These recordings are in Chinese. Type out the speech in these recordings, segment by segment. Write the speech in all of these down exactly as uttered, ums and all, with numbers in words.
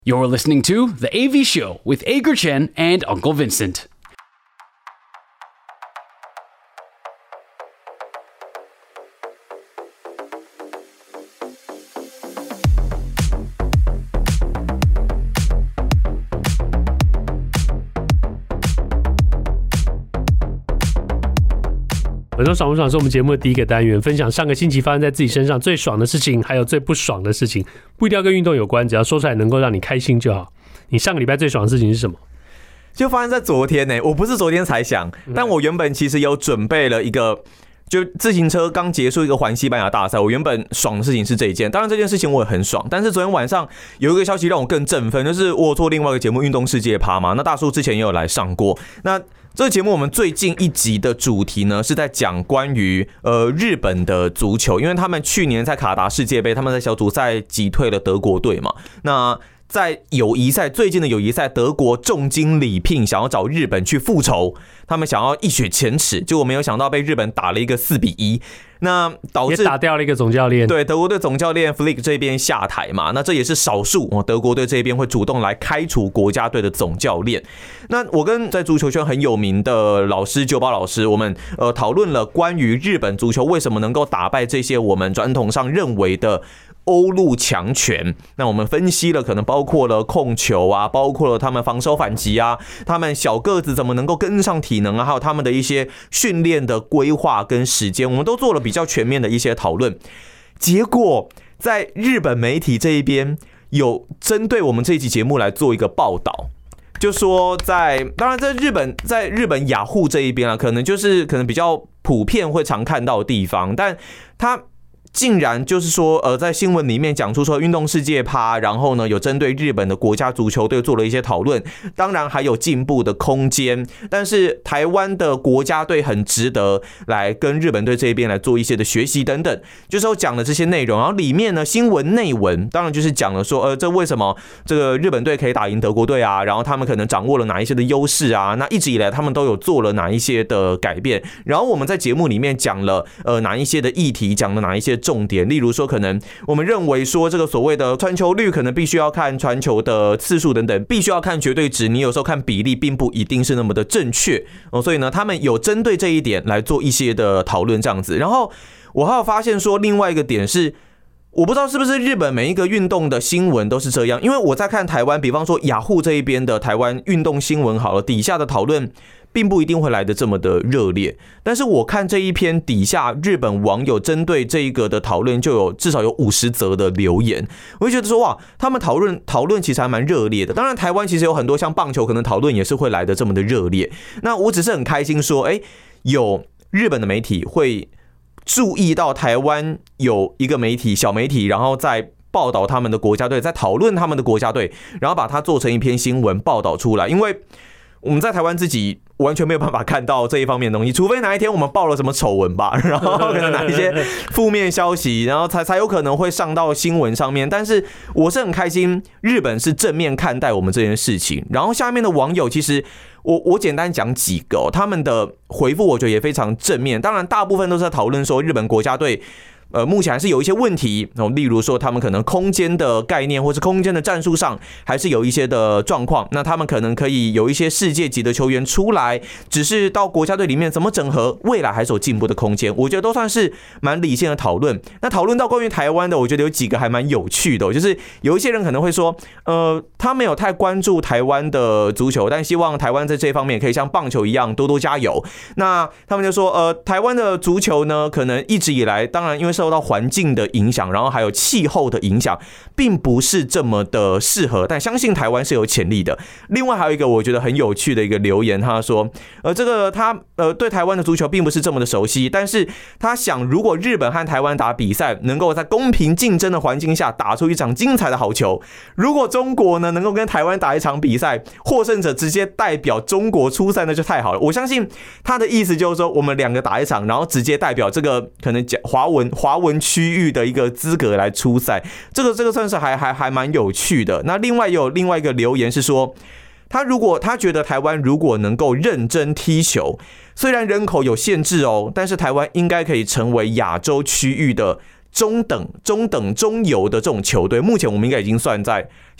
You're listening to The A V Show with Ager Chen and Uncle Vincent. 本周爽不爽是我们节目的第一个单元，分享上个星期发生在自己身上最爽的事情，还有最不爽的事情，不一定要跟运动有关，只要说出来能够让你开心就好。你上个礼拜最爽的事情是什么？ 就发生在昨天呢、欸，我不是昨天才想，但我原本其实有准备了一个，就自行车刚结束一个环西班牙大赛，我原本爽的事情是这一件，当然这件事情我也很爽，但是昨天晚上有一个消息让我更振奋，就是我有做另外一个节目《运动世界趴》嘛，那大叔之前也有来上过，那。这个节目我们最近一集的主题呢，是在讲关于呃日本的足球，因为他们去年在卡达世界杯，他们在小组赛击退了德国队嘛。那在友谊赛最近的友谊赛，德国重金礼聘，想要找日本去复仇，他们想要一雪前耻，结果没有想到被日本打了一个四比一。那导致也打掉了一个总教练， 对德国队总教练 Flick 这边下台嘛，那这也是少数哦，德国队这边会主动来开除国家队的总教练。那我跟在足球圈很有名的老师九宝老师，我们呃讨论了关于日本足球为什么能够打败这些我们传统上认为的欧陆强权，那我们分析了可能包括了控球啊，包括了他们防守反击啊，他们小个子怎么能够跟上体能啊，还有他们的一些训练的规划跟时间，我们都做了比较全面的一些讨论。结果在日本媒体这一边有针对我们这一集节目来做一个报道，就说在当然在日本在日本雅虎这一边啊，可能就是可能比较普遍会常看到的地方，但他竟然就是说，呃，在新闻里面讲出说运动世界趴，然后呢有针对日本的国家足球队做了一些讨论，当然还有进步的空间，但是台湾的国家队很值得来跟日本队这边来做一些的学习等等，就是有讲了这些内容，然后里面呢新闻内文当然就是讲了说，呃，这为什么这个日本队可以打赢德国队啊，然后他们可能掌握了哪一些的优势啊，那一直以来他们都有做了哪一些的改变，然后我们在节目里面讲了呃哪一些的议题，讲了哪一些重点，例如说可能我们认为说这个所谓的传球率可能必须要看传球的次数等等，必须要看绝对值，你有时候看比例并不一定是那么的正确、哦、所以呢他们有针对这一点来做一些的讨论这样子。然后我还有发现说另外一个点是，我不知道是不是日本每一个运动的新闻都是这样，因为我在看台湾，比方说雅虎这一边的台湾运动新闻好了，底下的讨论并不一定会来得这么的热烈，但是我看这一篇底下日本网友针对这一个的讨论就有至少有五十则的留言，我就觉得说哇，他们讨论讨论其实还蛮热烈的。当然台湾其实有很多像棒球可能讨论也是会来得这么的热烈，那我只是很开心说，哎，有日本的媒体会注意到台湾有一个媒体小媒体，然后在报道他们的国家队，在讨论他们的国家队，然后把它做成一篇新闻报道出来，因为我们在台湾自己完全没有办法看到这一方面的东西，除非哪一天我们报了什么丑闻吧，然后可能哪一些负面消息，然后才才有可能会上到新闻上面。但是我是很开心，日本是正面看待我们这件事情。然后下面的网友其实我我简单讲几个、哦，他们的回复我觉得也非常正面。当然，大部分都是在讨论说日本国家队。呃，目前还是有一些问题、哦、例如说他们可能空间的概念或是空间的战术上还是有一些的状况，那他们可能可以有一些世界级的球员出来，只是到国家队里面怎么整合，未来还是有进步的空间，我觉得都算是蛮理性的讨论。那讨论到关于台湾的，我觉得有几个还蛮有趣的、哦、就是有一些人可能会说，呃，他没有太关注台湾的足球，但希望台湾在这方面可以像棒球一样多多加油。那他们就说，呃，台湾的足球呢，可能一直以来，当然因为受到环境的影响，然后还有气候的影响，并不是这么的适合，但相信台湾是有潜力的。另外还有一个我觉得很有趣的一个留言，他说，呃，这个他呃对台湾的足球并不是这么的熟悉，但是他想，如果日本和台湾打比赛，能够在公平竞争的环境下打出一场精彩的好球。如果中国呢能够跟台湾打一场比赛，获胜者直接代表中国出赛，那就太好了。我相信他的意思就是说，我们两个打一场，然后直接代表这个可能华文华文区域的一个资格来出赛，这个这个算是还还还蛮有趣的。那另外有另外一个留言是说，他如果他觉得台湾如果能够认真踢球，虽然人口有限制哦，但是台湾应该可以成为亚洲区域的中等、中等、中游的这种球队。目前我们应该已经算在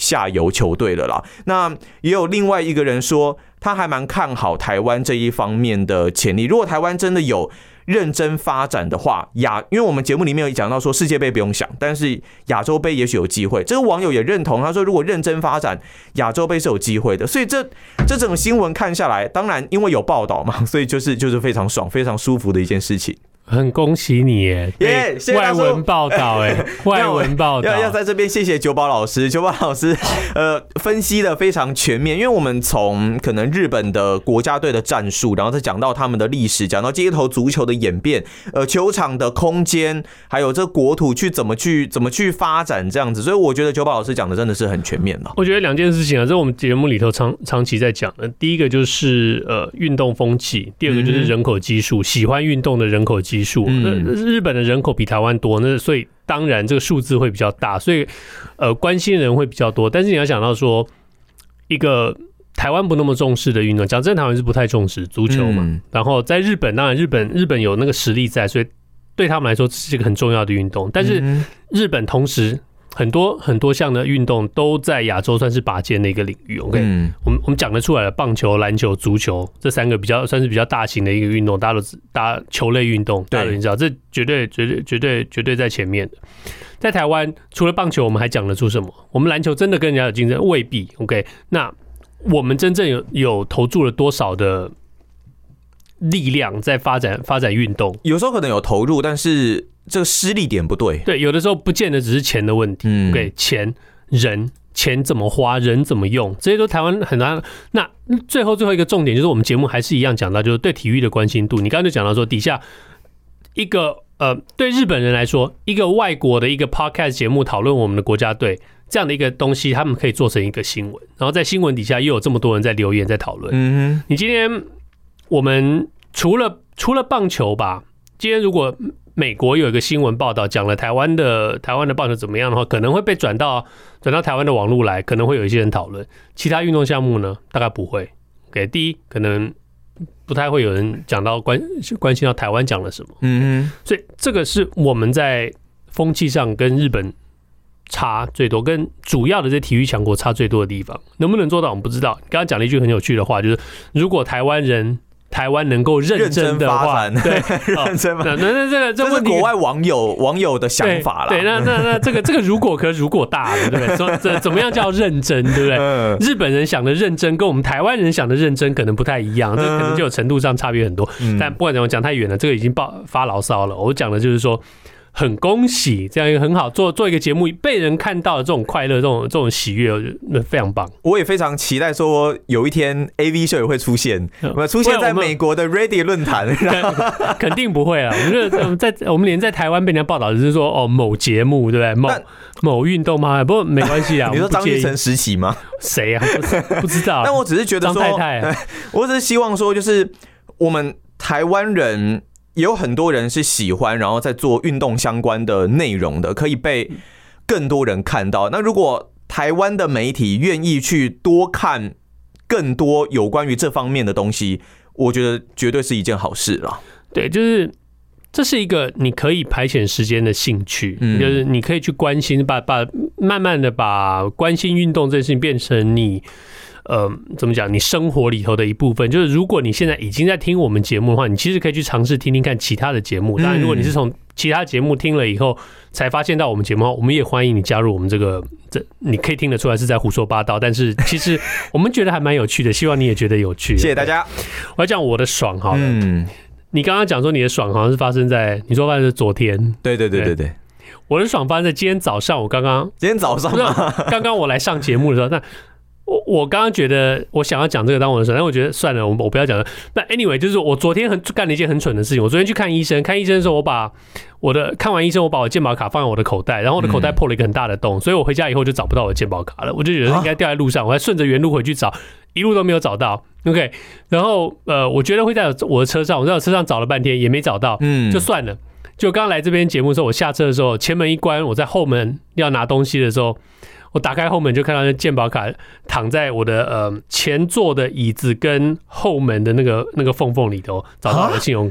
下游球队了啦。那也有另外一个人说，他还蛮看好台湾这一方面的潜力。如果台湾真的有认真发展的话，亚因为我们节目里面有讲到说世界杯不用想，但是亚洲杯也许有机会。这个网友也认同，他说如果认真发展，亚洲杯是有机会的。所以这这整个新闻看下来，当然因为有报道嘛，所以就是就是非常爽、非常舒服的一件事情。 很恭喜你耶！ 耶、yeah, 外文报道哎，外文报道要要在这边谢谢九宝老师，九宝老师呃分析的非常全面，因为我们从可能日本的国家队的战术，然后再讲到他们的历史，讲到街头足球的演变，呃球场的空间，还有这国土去怎么去怎么去发展这样子，所以我觉得九宝老师讲的真的是很全面了。 我觉得两件事情啊，这我们节目里头长长期在讲的，第一个就是呃运动风气，第二个就是人口基数，嗯、喜欢运动的人口基数。嗯、日本的人口比台湾多，那所以当然这个数字会比较大，所以呃关心的人会比较多。但是你要想到说，一个台湾不那么重视的运动，讲真，台湾是不太重视足球嘛。嗯、然后在日本，当然日本日本有那个实力在，所以对他们来说这是一个很重要的运动。但是日本同时很多很多项的运动都在亚洲算是拔尖的一个领域。OK，、嗯、我们我们讲得出来的棒球、篮球、足球这三个比较算是比较大型的一个运动，大家都大家球类运动，大家都知道，这绝对绝对绝对绝对在前面的。在台湾，除了棒球，我们还讲得出什么？我们篮球真的跟人家有竞争？未必。OK， 那我们真正有有投注了多少的力量在发展发展运动？ 有时候可能有投入，但是这个施力点不对。 对，有的时候不见得只是钱的问题。嗯、OK， 钱、人、钱怎么花，人怎么用，这些都台湾很难。那最后最后一个重点就是，我们节目还是一样讲到，就是对体育的关心度。你刚刚就讲到说，底下一个呃，对日本人来说，一个外国的一个 podcast 节目讨论我们的国家队这样的一个东西，他们可以做成一个新闻，然后在新闻底下又有这么多人在留言在讨论。嗯哼，你今天我们除了除了棒球吧，今天如果美国有一个新闻报道讲了台湾的台湾的棒球怎么样的话，可能会被转到转到台湾的网络来，可能会有一些人讨论。其他运动项目呢，大概不会。OK， 第一可能不太会有人讲到关关心到台湾讲了什么。嗯哼，所以这个是我们在风气上跟日本差最多，跟主要的这体育强国差最多的地方。能不能做到我们不知道。刚刚讲了一句很有趣的话，就是如果台湾人台湾能够认真的话，对，认真发展。那那这个这是国外网友网友的想法啦。 对，那那那这个这个如果可如果大了，对不对？说这怎么样叫认真，对不对？嗯、日本人想的认真跟我们台湾人想的认真可能不太一样，这可能就有程度上差别很多。嗯、但不管怎么讲太远了，这个已经发牢骚了。我讲的就是说。很恭喜，这样一个很好做做一个节目，被人看到的这种快乐、这种这种喜悦，那非常棒。 我也非常期待说有一天 A V 秀也会出现，嗯、出现在美国的 Reddit 论坛。 肯定不会啊！我觉得在我们连在台湾被人家报道，只是说哦某节目对不对？某某运动吗？不过没关系啊。 你说张玉成时期吗？ 谁啊？不, 不知道。 但我只是觉得说， 张太太、啊， 我只是希望说，就是我们台湾人。也有很多人是喜欢，然后在做运动相关的内容的，可以被更多人看到。那如果台湾的媒体愿意去多看更多有关于这方面的东西，我觉得绝对是一件好事啦。 对，就是这是一个你可以排遣时间的兴趣，嗯、就是你可以去关心，把把慢慢的把关心运动这件事情变成你。呃，怎么讲？你生活里头的一部分，就是如果你现在已经在听我们节目的话，你其实可以去尝试听听看其他的节目。当然，如果你是从其他节目听了以后才发现到我们节目的话，我们也欢迎你加入我们这个。这你可以听得出来是在胡说八道，但是其实我们觉得还蛮有趣的，希望你也觉得有趣。 谢谢大家。 我要讲我的爽好了。嗯，你刚刚讲说你的爽好像是发生在你说发生在昨天。 对对对对对。 我的爽发生在今天早上，我刚刚今天早上吗？ 刚刚我来上节目的时候，那。我我刚刚觉得我想要讲这个当我的爽，但我觉得算了，我我不要讲了。那 anyway 就是我昨天很干了一件很蠢的事情。我昨天去看医生，看医生的时候，我把我的看完医生，我把我健保卡放在我的口袋，然后我的口袋破了一个很大的洞，所以我回家以后就找不到我的健保卡了。我就觉得应该掉在路上，我还顺着原路回去找，一路都没有找到。OK， 然后呃，我觉得会在我的车上，我在我车上找了半天也没找到，嗯，就算了。就刚来这边节目的时候，我下车的时候，前门一关，我在后门要拿东西的时候。我打开后门就看到那健保卡躺在我的呃前座的椅子跟后门的那个那个缝缝里头，找到我的信用卡。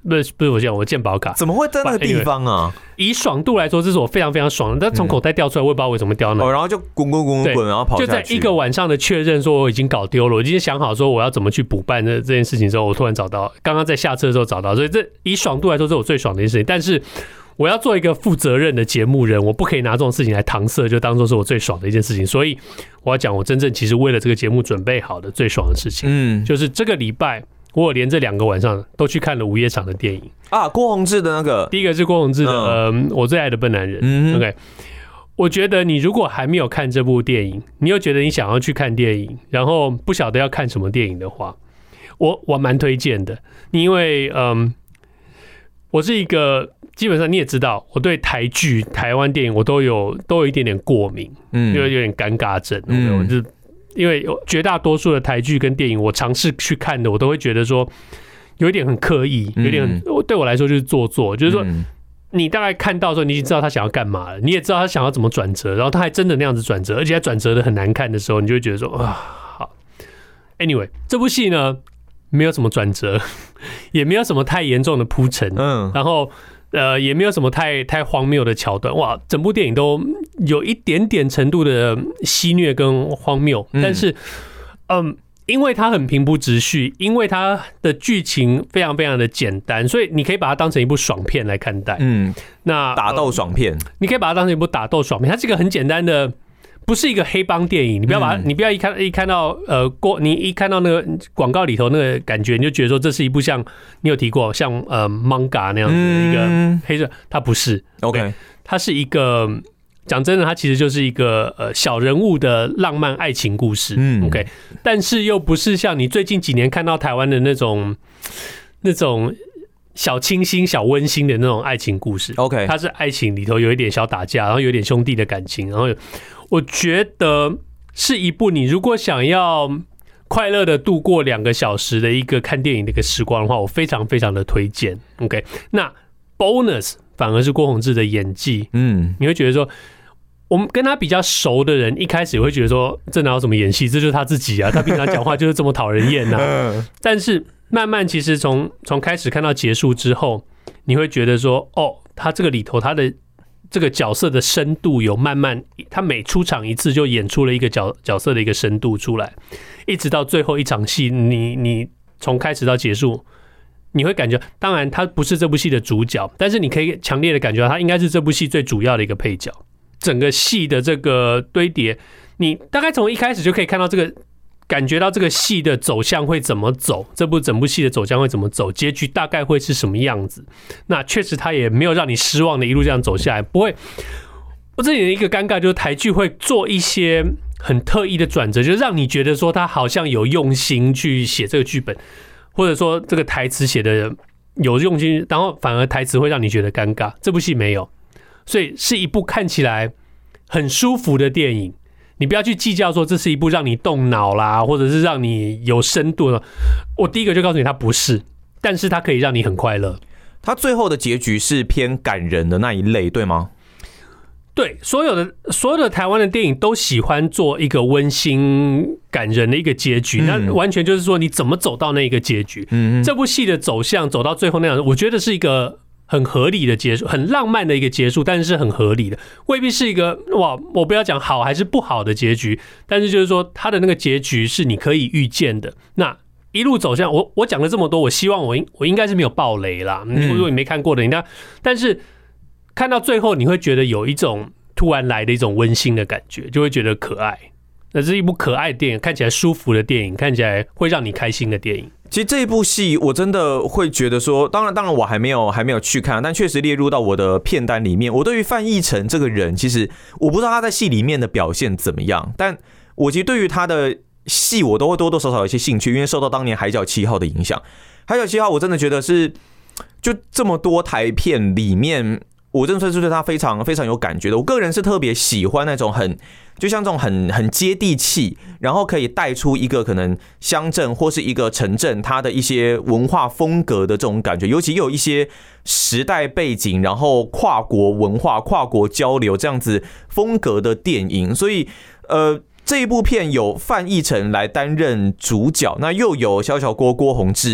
不是不是我讲我健保卡， 怎么会在那个地方啊？ 以爽度来说，这是我非常非常爽的。但从口袋掉出来，我也不知道为什么掉那、 哦，然后就滚滚滚滚滚，然后跑下去。 就在一个晚上的确认说我已经搞丢了，我已经想好说我要怎么去补办这这件事情之后，我突然找到，刚刚在下车的时候找到，所以这以爽度来说，这是我最爽的一件事情。但是我要做一个负责任的节目人，我不可以拿这种事情来搪塞，就当做是我最爽的一件事情。所以我要讲我真正其实为了这个节目准备好的最爽的事情，嗯，就是这个礼拜。我有连这两个晚上都去看了午夜场的电影啊，郭宏志的那个， 第一个是郭宏志的，嗯、呃，我最爱的笨男人。嗯、OK， 我觉得你如果还没有看这部电影，你又觉得你想要去看电影，然后不晓得要看什么电影的话，我我蛮推荐的。因为嗯，我是一个基本上你也知道，我对台剧、台湾电影我都有都有一点点过敏，嗯，就有点尴尬症，嗯，我就。因为绝大多数的台剧跟电影，我尝试去看的，我都会觉得说有一点很刻意，有点很对我来说就是做作，就是说你大概看到的时候，你已经知道他想要干嘛了，你也知道他想要怎么转折，然后他还真的那样子转折，而且他转折的很难看的时候，你就会觉得说啊，好。Anyway， 这部戏呢没有什么转折，也没有什么太严重的铺陈，嗯，然后。呃，也没有什么太太荒谬的桥段，哇，整部电影都有一点点程度的戏谑跟荒谬，但是，嗯，因为它很平铺直叙，因为它的剧情非常非常的简单，所以你可以把它当成一部爽片来看待。嗯，那打斗爽片、呃， 你可以把它当成一部打斗爽片，它是一个很简单的。不是一个黑帮电影，你不要把、嗯、你不要一看一看到呃过你一看到那个广告里头那个感觉，你就觉得说这是一部像你有提过像呃 manga 那样子的一个黑色，它不是 OK， 它是一个讲真的，它其实就是一个呃小人物的浪漫爱情故事、嗯、，OK， 但是又不是像你最近几年看到台湾的那种那种。小清新、小温馨的那种爱情故事 ，OK， 它是爱情里头有一点小打架，然后有一点兄弟的感情，然后我觉得是一部你如果想要快乐的度过两个小时的一个看电影的一个时光的话，我非常非常的推荐。OK， 那 bonus 反而是郭宏志的演技，嗯，你会觉得说。我们跟他比较熟的人，一开始也会觉得说，这哪有什么演戏，这就是他自己啊，他平常讲话就是这么讨人厌呐。但是慢慢，其实从从开始看到结束之后，你会觉得说，哦，他这个里头他的这个角色的深度有慢慢，他每出场一次就演出了一个角角色的一个深度出来，一直到最后一场戏，你你从开始到结束。你会感觉，当然他不是这部戏的主角，但是你可以强烈的感觉到他应该是这部戏最主要的一个配角。整个戏的这个堆叠，你大概从一开始就可以看到这个，感觉到这个戏的走向会怎么走，这部整部戏的走向会怎么走，结局大概会是什么样子。那确实他也没有让你失望的一路这样走下来，不会。我这里的一个尴尬就是台剧会做一些很特意的转折，就让你觉得说他好像有用心去写这个剧本，或者说这个台词写的有用心，然后反而台词会让你觉得尴尬。这部戏没有。所以是一部看起来很舒服的电影，你不要去计较说这是一部让你动脑啦，或者是让你有深度的。我第一个就告诉你，它不是，但是它可以让你很快乐。 它最后的结局是偏感人的那一类，对吗？ 对，所有的所有的台湾的电影都喜欢做一个温馨感人的一个结局，嗯、那完全就是说你怎么走到那一个结局。嗯，这部戏的走向走到最后那样，我觉得是一个。很合理的结束，很浪漫的一个结束，但是是很合理的，未必是一个哇，我不要讲好还是不好的结局，但是就是说它的那个结局是你可以预见的。那一路走向，我我讲了这么多，我希望我应我应该是没有爆雷啦，如果你没看过的，你看，但是看到最后你会觉得有一种突然来的一种温馨的感觉，就会觉得可爱。那是一部可爱的电影，看起来舒服的电影，看起来会让你开心的电影。 其实这一部戏，我真的会觉得说，当然，当然我还没有还没有去看，但确实列入到我的片单里面。我对于范逸臣这个人，其实我不知道他在戏里面的表现怎么样，但我其实对于他的戏，我都会多多少少有一些兴趣，因为受到当年《海角七号》的影响。《海角七号》我真的觉得是，就这么多台片里面。我真的是对他非常非常有感觉的。我个人是特别喜欢那种很，就像这种很很接地气，然后可以带出一个可能乡镇或是一个城镇它的一些文化风格的这种感觉，尤其有一些时代背景，然后跨国文化、跨国交流这样子风格的电影。所以，呃。这一部片有范逸臣来担任主角，那又有小小郭郭宏志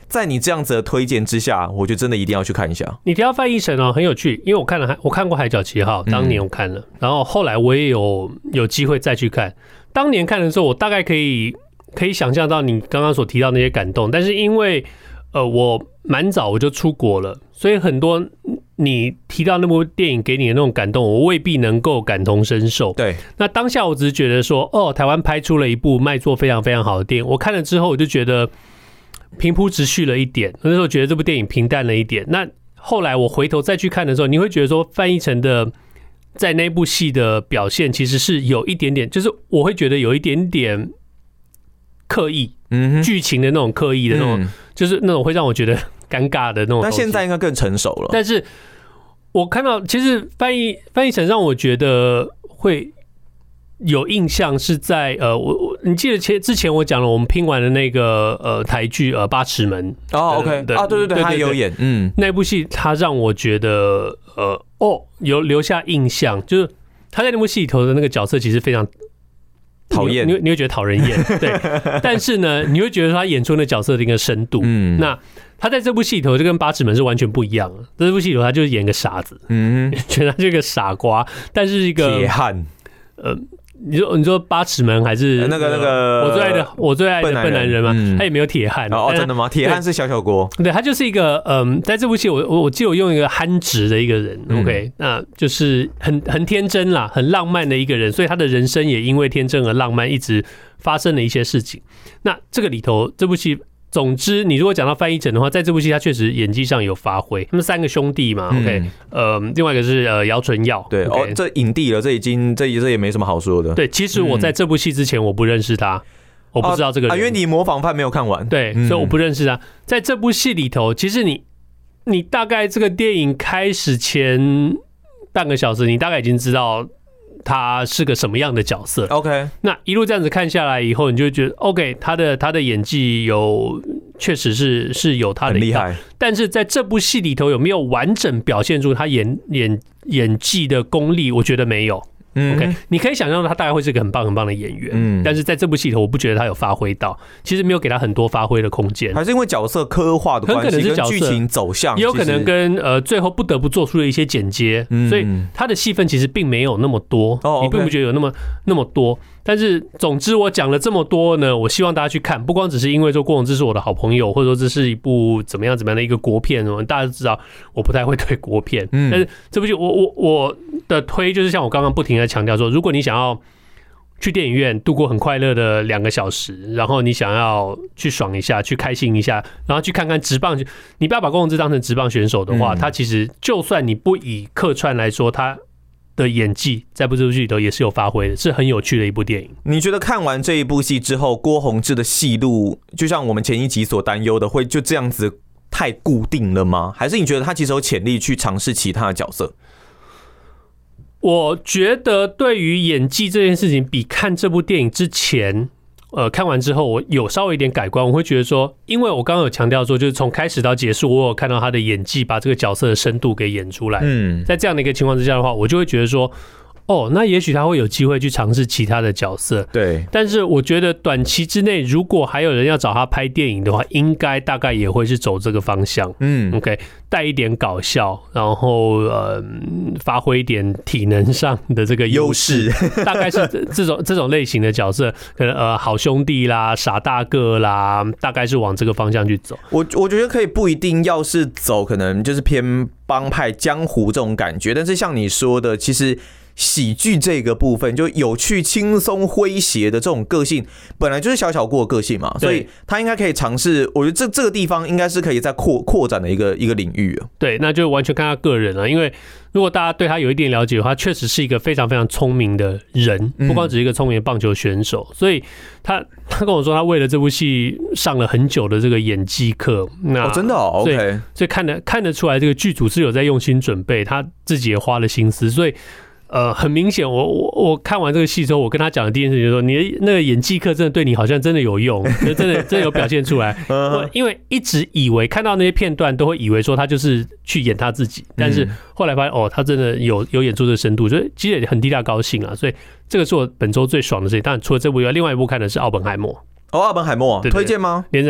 在你这样子的推荐之下，我觉得真的一定要去看一下。 你提到范逸臣哦，很有趣，因为我看了，我看过《海角七号》，当年我看了，嗯、然后后来我也有有机会再去看。当年看的时候，我大概可以可以想象到你刚刚所提到那些感动，但是因为呃我蛮早我就出国了，所以很多你提到那部电影给你的那种感动，我未必能够感同身受。 对， 那当下我只是觉得说，哦，台湾拍出了一部卖座非常非常好的电影，我看了之后我就觉得平铺直叙了一点，那时候觉得这部电影平淡了一点。那后来我回头再去看的时候，你会觉得说范逸臣的在那部戏的表现其实是有一点点，就是我会觉得有一点点刻意，嗯，剧情的那种刻意的那种，嗯、就是那种会让我觉得尴尬的那种。 那现在应该更成熟了。 但是我看到，其实范逸范逸臣让我觉得会有印象是在呃，我我你记得前之前我讲了，我们拼完的那个呃台剧呃八尺门哦 ，OK 啊，对对对，他有演，嗯， 那部戏他让我觉得呃哦有留下印象，就是他在那部戏里头的那个角色其实非常讨厌， 你你会觉得讨人厌，对，但是呢，你会觉得他演出那角色的一个深度，嗯，那他在这部戏里头就跟八尺门是完全不一样的，这部戏里头他就是演个傻子，嗯，觉得他是个傻瓜，但是一个铁汉， 呃。你说你说八尺门还是那个那个我最爱的我最爱的笨男人嘛？嗯、他也没有铁汉哦，真的吗？铁汉是小小郭， 对，他就是一个嗯，在这部戏我我我记得我用一个憨直的一个人、嗯、，OK， 那就是很很天真啦，很浪漫的一个人，所以他的人生也因为天真而浪漫，一直发生了一些事情。那这个里头这部戏。总之，你如果讲到范逸臣的话，在这部戏他确实演技上有发挥。他们三个兄弟嘛、嗯、，OK， 呃，另外一个是呃姚淳耀， 对、okay 哦，这影帝了，这已经这这也没什么好说的。 对，其实我在这部戏之前我不认识他，嗯、我不知道这个人、 啊，因为你模仿犯没有看完， 对，嗯、所以我不认识他。在这部戏里头，其实你你大概这个电影开始前半个小时，你大概已经知道他是个什么样的角色。 OK， 那一路这样子看下来以后，你就会觉得 OK， 他的他的演技有确实是是有他的很厉害， 但是在这部戏里头有没有完整表现出他演演演技的功力？我觉得没有。OK， 你可以想象他大概会是一个很棒很棒的演员，嗯，但是在这部戏里头，我不觉得他有发挥到，其实没有给他很多发挥的空间， 还是因为角色刻画的关系， 很可能是角色跟剧情走向， 也有可能跟呃最后不得不做出的一些剪接，嗯、所以他的戏份其实并没有那么多，哦、你并不觉得有那么那么多。但是总之我讲了这么多呢，我希望大家去看，不光只是因为说郭宏志是我的好朋友，或者说这是一部怎么样怎么样的一个国片，大家都知道我不太会推国片，嗯、但是这部剧我我我的推就是像我刚刚不停的强调说，如果你想要去电影院度过很快乐的两个小时，然后你想要去爽一下，去开心一下，然后去看看职棒，你不要把郭宏志当成职棒选手的话，嗯、他其实就算你不以客串来说，他的演技在这部剧里头也是有发挥的，是很有趣的一部电影。 你觉得看完这一部戏之后，郭宏志的戏路就像我们前一集所担忧的，会就这样子太固定了吗？还是你觉得他其实有潜力去尝试其他的角色？ 我觉得对于演技这件事情，比看这部电影之前，呃，看完之后我有稍微一点改观。我会觉得说，因为我刚刚有强调说，就是从开始到结束，我有看到他的演技把这个角色的深度给演出来。嗯，在这样的一个情况之下的话，我就会觉得说，哦，那也许他会有机会去尝试其他的角色。 对， 但是我觉得短期之内，如果还有人要找他拍电影的话，应该大概也会是走这个方向。嗯 ，OK， 带一点搞笑，然后呃，发挥一点体能上的这个优势，大概是这种这种类型的角色，可能呃好兄弟啦、傻大个啦，大概是往这个方向去走。 我我觉得可以不一定要是走可能就是偏帮派江湖这种感觉，但是像你说的，其实喜剧这个部分，就有趣、轻松、诙谐的这种个性，本来就是小小郭的个性嘛，所以他应该可以尝试。我觉得这这个地方应该是可以再扩扩展的一个一个领域啊。 对，那就完全看他个人了。因为如果大家对他有一点了解的话，确实是一个非常非常聪明的人，不光只是一个聪明的棒球选手。嗯、所以他他跟我说，他为了这部戏上了很久的这个演技课。那哦，真的哦 ，OK， 所以, 所以看得看得出来，这个剧组是有在用心准备，他自己也花了心思，所以。呃，很明显，我我我看完这个戏之后，我跟他讲的第一件事情就是说，你的那个演技课真的对你好像真的有用，真的真的有表现出来。我因为一直以为看到那些片段，都会以为说他就是去演他自己，但是后来发现哦，他真的有有演出这个深度，所以其实也很替他高兴啊。所以这个是我本周最爽的事情。当然，除了这部以外，另外一部看的是《奥本海默》。 哦，奥本海默推荐吗？ 连长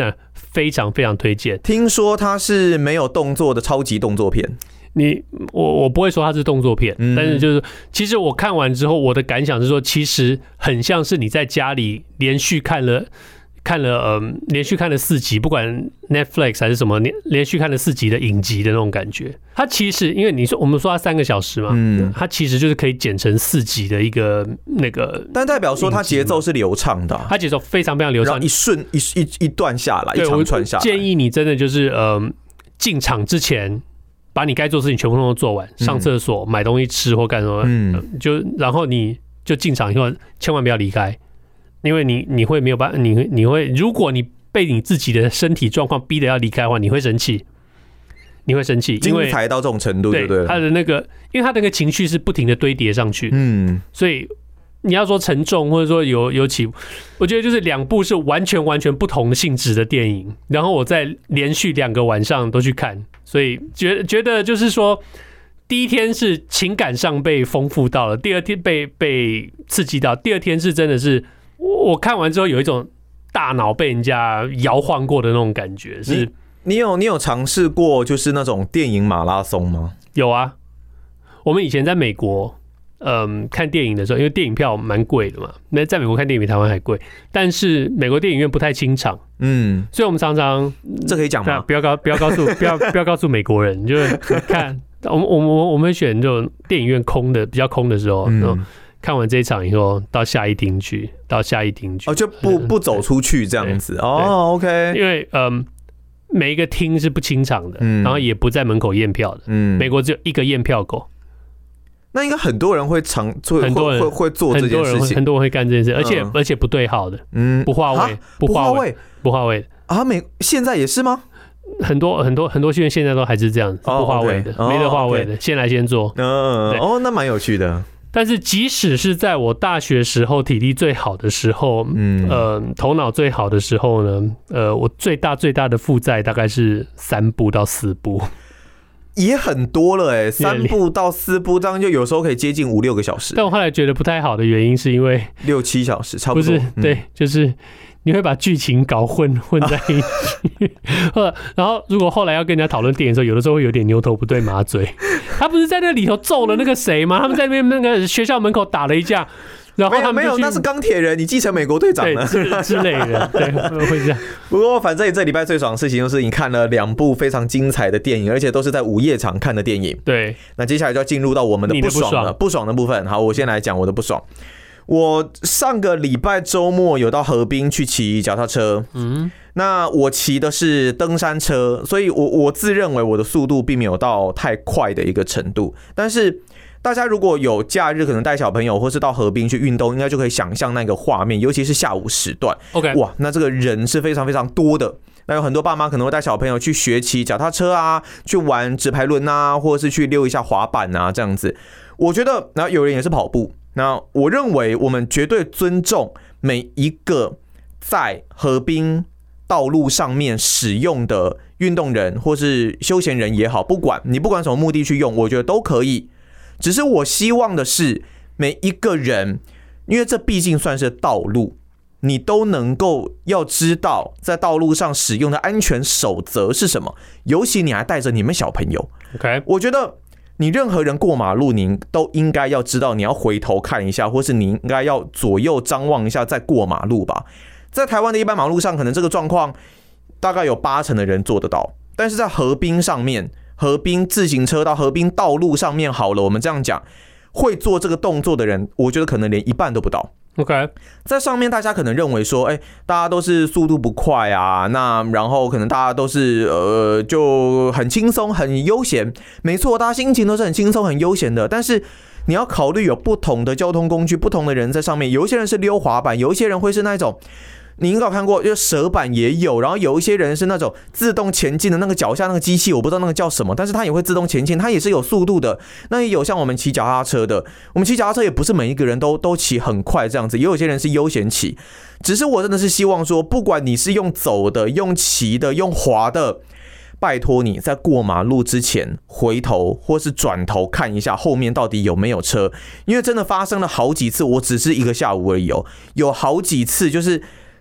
非常非常推荐。 听说它是没有动作的超级动作片。 你我我不会说它是动作片，嗯、但是就是其实我看完之后，我的感想是说，其实很像是你在家里连续看了。看了呃，连续看了四集，不管 Netflix 还是什么，连续看了四集的影集的那种感觉。它其实因为你说我们说它三个小时嘛，嗯，它其实就是可以剪成四集的一个那个， 但代表说它节奏是流畅的、啊， 它节奏非常非常流畅， 一顺一一一段下来，一长串下来。 建议你真的就是呃，进场之前把你该做的事情全部都做完，上厕所、买东西吃或干什么，嗯，就然后你就进场以后千万不要离开。因为你你会没有办法，你你会，如果你被你自己的身体状况逼得要离开的话，你会生气，你会生气， 精彩到这种程度，对不对？ 他的那个，因为他那个情绪是不停的堆叠上去，嗯，所以你要说沉重或者说有有起，我觉得就是两部是完全完全不同的性质的电影，然后我在连续两个晚上都去看，所以觉觉得就是说。第一天是情感上被丰富到了，第二天被被刺激到，第二天是真的是我看完之后有一种大脑被人家摇晃过的那种感觉。是， 你, 你有你有尝试过就是那种电影马拉松吗？ 有啊，我们以前在美国，嗯，看电影的时候，因为电影票蛮贵的嘛，那在美国看电影比台湾还贵，但是美国电影院不太清场，嗯，所以我们常常这可以讲吗？ 不要告不要告诉不要不要告诉美国人，就是看。我们我们我们选这种电影院空的比较空的时候，嗯、然后看完这一场以后，到下一厅去，到下一厅去， 哦，就不不走出去这样子哦 ，OK， 因为嗯，每一个厅是不清场的，嗯、然后也不在门口验票的，嗯，美国只有一个验票口。 那应该很多人会常做，很多人 会, 会做这件事情， 很多人会干这件事，而且、嗯、而且不对号的，嗯，不划位，不划位，不划位啊，美现在也是吗？ 很多很多很多戏院现在都还是这样子，不划位的， oh, okay. 没得划位的， oh, okay. 先来先做。 嗯，哦，那蛮有趣的。 但是即使是在我大学时候体力最好的时候，嗯，呃，头脑最好的时候呢，呃，我最大最大的负债大概是三部到四部， 也很多了哎、欸，三部到四部，这样就有时候可以接近五六个小时。 但我后来觉得不太好的原因是因为六七小时差不多， 不是、嗯、对，就是你会把剧情搞混混在一起，然后如果后来要跟人家讨论电影的时候，有的时候会有点牛头不对马嘴。他不是在那里头揍了那个谁吗？他们在那边那个学校门口打了一架。然后他们没有，没有，那是钢铁人，你继承美国队长了之之类的，对，会这样。 不过反正你这礼拜最爽的事情就是你看了两部非常精彩的电影，而且都是在午夜场看的电影。 对， 那接下来就要进入到我们的不爽了，不爽的部分。好，我先来讲我的不爽。我上个礼拜周末有到河滨去骑脚踏车，嗯，那我骑的是登山车，所以我我自认为我的速度并没有到太快的一个程度，但是。大家如果有假日可能带小朋友或是到河滨去运动，应该就可以想象那个画面，尤其是下午时段。 OK， 哇，那这个人是非常非常多的。那有很多爸妈可能会带小朋友去学骑脚踏车啊，去玩直排轮啊，或者是去溜一下滑板啊，这样子。我觉得，然后有人也是跑步。那我认为我们绝对尊重每一个在河滨道路上面使用的运动人或是休闲人也好，不管你不管什么目的去用，我觉得都可以。只是我希望的是，每一个人，因为这毕竟算是道路，你都能够要知道在道路上使用的安全守则是什么。尤其你还带着你们小朋友 ，OK？ 我觉得你任何人过马路，你都应该要知道，你要回头看一下，或是你应该要左右张望一下再过马路吧。在台湾的一般马路上，可能这个状况大概有八成的人做得到，但是在河滨上面。河滨自行车到河滨道路上面好了，我们这样讲，会做这个动作的人，我觉得可能连一半都不到。 OK， 在上面大家可能认为说，哎、欸，大家都是速度不快啊，那然后可能大家都是呃就很轻松、很悠闲。没错，大家心情都是很轻松、很悠闲的，但是你要考虑有不同的交通工具，不同的人在上面。有一些人是溜滑板，有一些人会是那种。你应该有看过，就蛇板也有，然后有一些人是那种自动前进的那个脚下那个机器，我不知道那个叫什么，但是它也会自动前进，它也是有速度的。那也有像我们骑脚踏车的，我们骑脚踏车也不是每一个人都都骑很快这样子，也有些人是悠闲骑。只是我真的是希望说，不管你是用走的、用骑的、用滑的，拜托你在过马路之前回头或是转头看一下后面到底有没有车，因为真的发生了好几次，我只是一个下午而已哦，有好几次就是。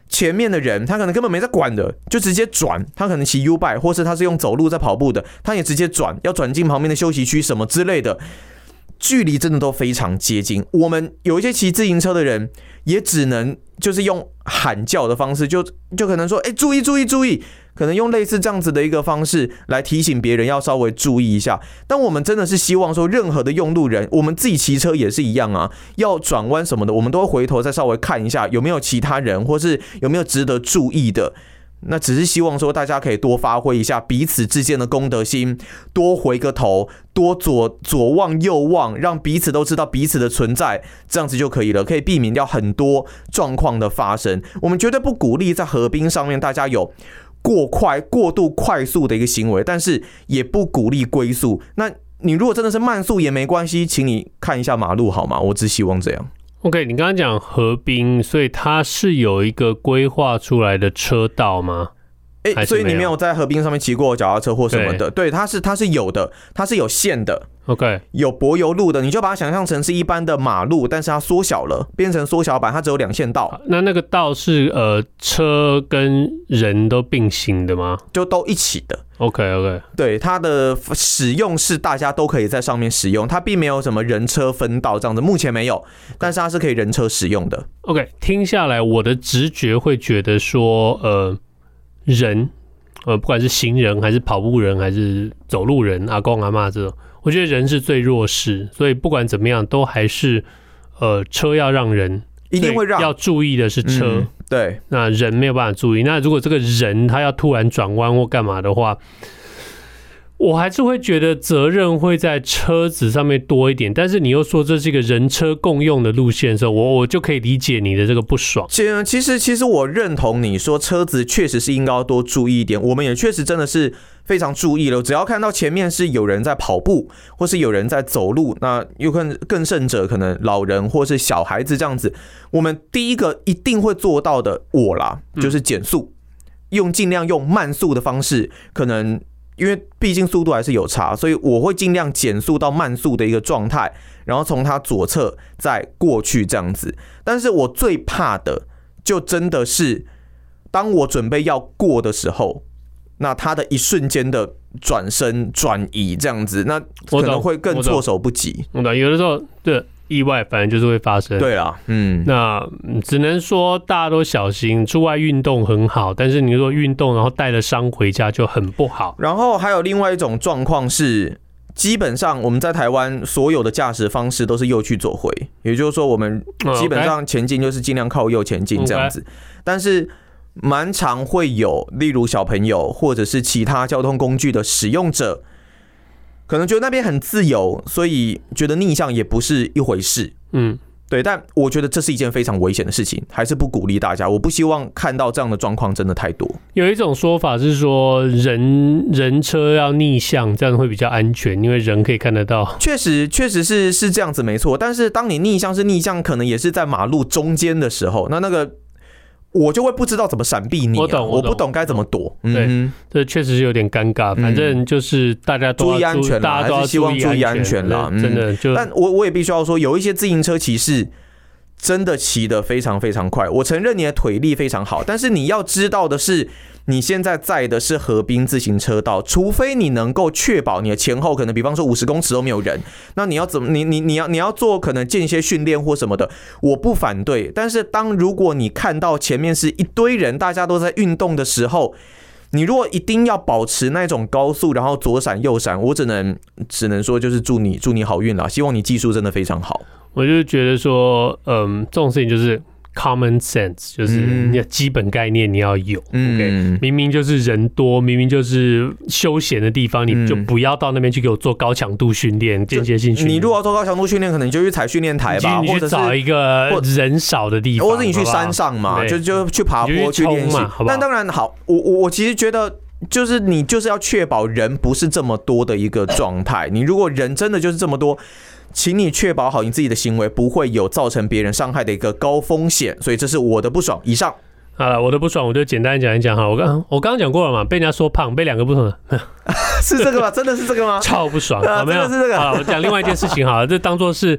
前面的人他可能根本没在管的，就直接转，他可能骑 U-Bike 或是他是用走路在跑步的，他也直接转，要转进旁边的休息区什么之类的，距离真的都非常接近。我们有一些骑自行车的人也只能就是用喊叫的方式，就就可能说哎、欸、注意注意注意，可能用类似这样子的一个方式来提醒别人要稍微注意一下。但我们真的是希望说，任何的用路人，我们自己骑车也是一样啊，要转弯什么的，我们都会回头再稍微看一下有没有其他人，或是有没有值得注意的。那只是希望说大家可以多发挥一下彼此之间的公德心，多回个头，多左左望右望，让彼此都知道彼此的存在，这样子就可以了，可以避免掉很多状况的发生。我们绝对不鼓励在河滨上面大家有过快、过度快速的一个行为，但是也不鼓励龟速。那你如果真的是慢速也没关系，请你看一下马路好吗？我只希望这样。 OK， 你刚刚讲河滨，所以它是有一个规划出来的车道吗？ 哎、欸，所以你没有在河滨上面骑过脚踏车或什么的？对，它是它是有的，它是有线的。 OK， 有柏油路的，你就把它想象成是一般的马路，但是它缩小了，变成缩小版，它只有两线道。 那那个道是呃车跟人都并行的吗？ 就都一起的。 OK OK， 对，它的使用是大家都可以在上面使用，它并没有什么人车分道这样子，目前没有，但是它是可以人车使用的。 OK， 听下来我的直觉会觉得说，呃，人，呃，不管是行人还是跑步人还是走路人，阿公阿嬷这种。我觉得人是最弱势，所以不管怎么样，都还是呃车要让人， 一定会让， 要注意的是车、嗯， 对， 那人没有办法注意。那如果这个人他要突然转弯或干嘛的话，我还是会觉得责任会在车子上面多一点。但是你又说这是一个人车共用的路线的时候，我我就可以理解你的这个不爽。 其实其实我认同你说车子确实是应该要多注意一点，我们也确实真的是非常注意了。只要看到前面是有人在跑步，或是有人在走路，那有可能更甚者可能老人或是小孩子这样子，我们第一个一定会做到的，我啦就是减速，用尽量用慢速的方式，可能。因为毕竟速度还是有差，所以我会尽量减速到慢速的一个状态，然后从它左侧再过去这样子。但是我最怕的就真的是当我准备要过的时候，那它的一瞬间的转身转移这样子，那可能会更措手不及。 我懂，有的时候对意外反正就是会发生。 对啦，嗯， 那只能说大家都小心，出外运动很好，但是你说运动然后带了伤回家就很不好。 然后还有另外一种状况是，基本上我们在台湾所有的驾驶方式都是右去左回，也就是说我们基本上前进就是尽量靠右前进这样子， okay. 但是蛮常会有，例如小朋友或者是其他交通工具的使用者。可能觉得那边很自由，所以觉得逆向也不是一回事。嗯，对，但我觉得这是一件非常危险的事情，还是不鼓励大家。我不希望看到这样的状况真的太多。 有一种说法是说人人车要逆向，这样会比较安全，因为人可以看得到。 确实，确实是是这样子，没错。但是当你逆向是逆向，可能也是在马路中间的时候，那那个。我就会不知道怎么闪避你、啊， 我懂， 我不懂该怎么躲。 对，嗯、这确实是有点尴尬。反正就是大家都注意安全啦，还是希望注意安全啦。 真的就， 但我我也必须要说，有一些自行车骑士真的骑得非常非常快。我承认你的腿力非常好，但是你要知道的是，你现在在的是河滨自行车道，除非你能够确保你的前后可能，比方说五十公尺都没有人，那你要怎么？你你你要你要做可能间歇训练或什么的，我不反对。但是当如果你看到前面是一堆人，大家都在运动的时候，你如果一定要保持那种高速，然后左闪右闪，我只能只能说就是祝你祝你好运啦，希望你技术真的非常好。 我就觉得说，嗯，这种事情就是。common sense 就是你的基本概念你要有、嗯、，OK， 明明就是人多，明明就是休闲的地方，你就不要到那边去给我做高强度训练、间歇性训练。 你如果要做高强度训练，可能你就去踩训练台吧， 或者是找一个人少的地方， 或者你去山上嘛，就就去爬坡去练习。但当然好，我我我其实觉得。就是你就是要确保人不是这么多的一个状态。你如果人真的就是这么多，请你确保好你自己的行为不会有造成别人伤害的一个高风险。所以这是我的不爽。以上。 好了，我的不爽我就简单讲一讲哈。我刚我刚刚讲过了嘛，被人家说胖，被两个不同的， 是这个吗？真的是这个吗？ 超不爽。 啊、 没有， 真的是这个。 好，我讲另外一件事情好了，这当作是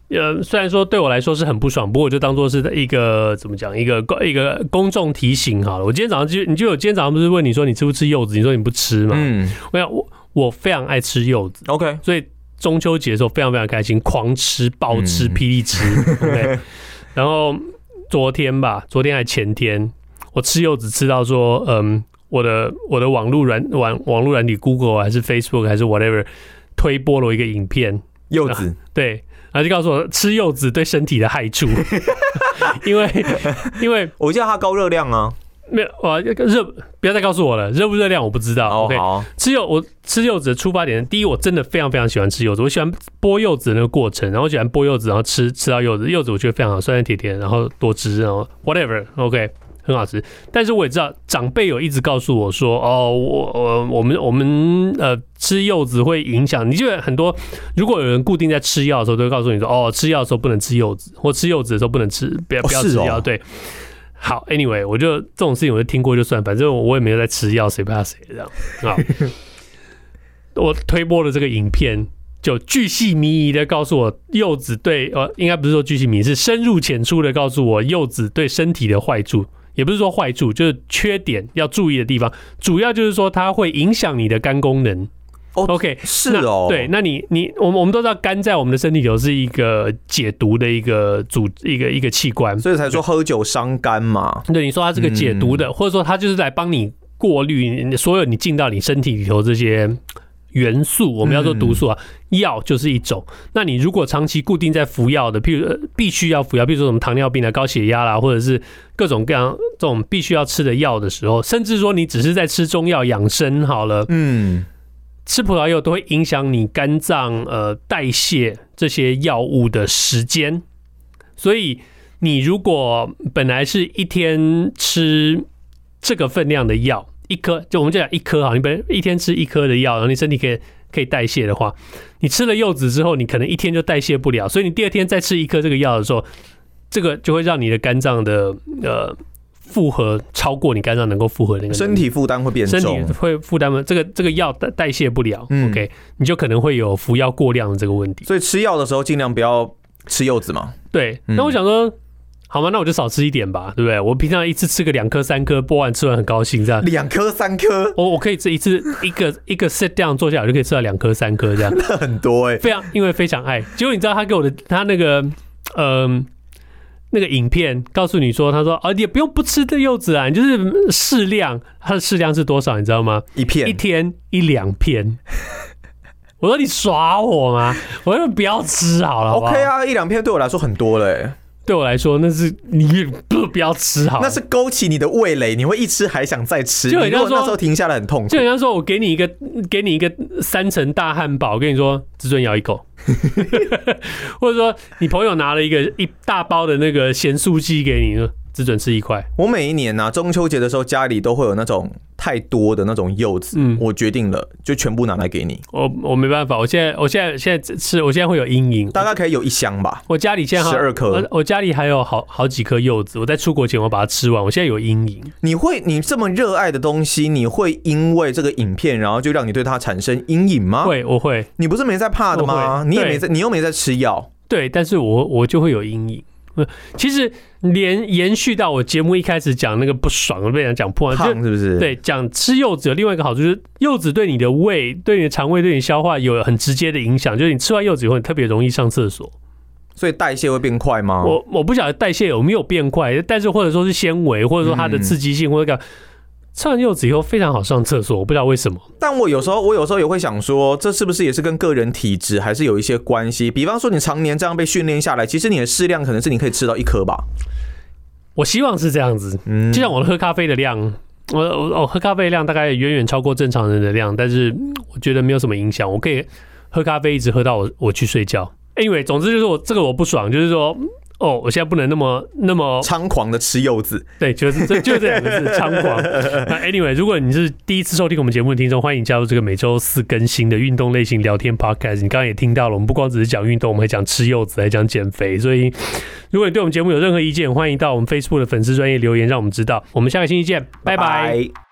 呃，虽然说对我来说是很不爽，不过我就当做是一个怎么讲，一个一个公众提醒好了。我今天早上就你就有今天早上不是问你说你吃不吃柚子，你说你不吃嘛？嗯，我想我我非常爱吃柚子 ，OK， 所以中秋节的时候非常非常开心，狂吃、暴吃、霹雳吃。OK， 然后昨天吧，昨天还前天，我吃柚子吃到说，嗯，我的我的网络软网网络软体 Google 还是 Facebook 还是 whatever 推播了一个影片， 柚子对。然后就告诉我吃柚子对身体的害处，因为因为我记得它高热量啊， 没有啊热，不要再告诉我了，热不热量我不知道。 哦 OK， 好， 吃柚我吃柚子的出发点，第一我真的非常非常喜欢吃柚子，我喜欢剥柚子的那个过程，然后我喜欢剥柚子，然后吃吃到柚子，柚子我觉得非常好，酸酸甜甜，然后多汁，然后 whatever，OK。很好吃，但是我也知道长辈有一直告诉我说，哦，我我我们我们呃吃柚子会影响，你就很多，如果有人固定在吃药的时候，都会告诉你说，哦，吃药的时候不能吃柚子，或吃柚子的时候不能吃，不要不要吃药，哦、对。好 ，anyway， 我就这种事情我就听过就算，反正我也没有在吃药，谁怕谁这样。好，我推播的这个影片。就巨细靡遗的告诉我柚子对呃，应该不是说巨细靡遗，是深入浅出的告诉我柚子对身体的坏处，也不是说坏处，就是缺点要注意的地方。主要就是说它会影响你的肝功能。 哦 OK， 是哦， 对，那你你我们我们都知道肝在我们的身体里头是一个解毒的一个组一个一个器官， 所以才说喝酒伤肝嘛。 对，你说它是个解毒的，嗯、或者说它就是来帮你过滤所有你进到你身体里头这些。元素我们要说毒素啊，药、嗯、就是一种。那你如果长期固定在服药的，譬如、呃、必须要服药，比如说什么糖尿病啊、高血压啦，或者是各种各样这种必须要吃的药的时候，甚至说你只是在吃中药养生好了，嗯，吃葡萄柚都会影响你肝脏呃代谢这些药物的时间。所以你如果本来是一天吃这个分量的药。一颗，就我们就讲一颗好，你本一天吃一颗的药，然后你身体可以可以代谢的话，你吃了柚子之后，你可能一天就代谢不了，所以你第二天再吃一颗这个药的时候，这个就会让你的肝脏的呃负荷超过你肝脏能够负荷的那个身体负担会变重， 身体会负担这个这个药代谢不了、嗯、，OK， 你就可能会有服药过量的这个问题。 所以吃药的时候尽量不要吃柚子嘛。 对，那我想说。好吗？那我就少吃一点吧，对不对？我平常一次吃个两颗三颗，播完吃完很高兴，这样。 两颗三颗， 我我可以这一次一个一个 sit down 坐下来就可以吃到两颗三颗这样。 那很多哎、欸， 非常因为非常爱。结果你知道他给我的他那个呃那个影片告诉你说，他说啊，也不用不吃的柚子啊，你就是适量。它的适量是多少？你知道吗？ 一片， 一天一两片。我说你耍我吗？我说不要吃好了好不好 ，OK 啊，一两片对我来说很多了、欸。 对我来说，那是你不不要吃好， 那是勾起你的味蕾，你会一吃还想再吃。 就很像说你如果那时候停下来很痛苦， 就很像说我给你一个给你一个三层大汉堡，我跟你说，只准咬一口，或者说你朋友拿了一个一大包的那个咸酥鸡给你，只准吃一块。 我每一年啊，中秋节的时候家里都会有那种太多的那种柚子，嗯，我决定了就全部拿来给你。 我我没办法，我现在我现在现在吃，我现在会有阴影， 大概可以有一箱吧。 我家里现在十二颗， 我家里还有好好几颗柚子，我在出国前我把它吃完，我现在有阴影。 你会，你这么热爱的东西，你会因为这个影片，然后就让你对它产生阴影吗？ 会，我会。 你不是没在怕的吗？你也没在，你又没在吃药。 对，但是我我就会有阴影。其实连延续到我节目一开始讲那个不爽，我被人讲破胖是不是？ 对，讲吃柚子有另外一个好处，就是柚子对你的胃、对你的肠胃、对你消化有很直接的影响，就是你吃完柚子以后，你特别容易上厕所， 所以代谢会变快吗？ 我我不晓得代谢有没有变快，但是或者说是纤维，或者说它的刺激性，或者吃完柚子以后非常好上厕所，我不知道为什么。 但我有时候，我有时候也会想说，这是不是也是跟个人体质还是有一些关系？比方说，你常年这样被训练下来，其实你的适量可能是你可以吃到一颗吧。 我希望是这样子，嗯，就像我喝咖啡的量，我我我喝咖啡的量大概远远超过正常人的量，但是我觉得没有什么影响，我可以喝咖啡一直喝到我我去睡觉。Anyway， 总之就是我这个我不爽，就是说。哦，我现在不能那么那么猖狂的吃柚子， 对，就是这就这两个字，猖狂。那 anyway， 如果你是第一次收听我们节目的听众，欢迎加入这个每周四更新的运动类型聊天 podcast。你刚刚也听到了，我们不光只是讲运动，我们还讲吃柚子，还讲减肥。所以，如果你对我们节目有任何意见，欢迎到我们 Facebook 的粉丝专页留言，让我们知道。我们下个星期见，拜拜。拜拜。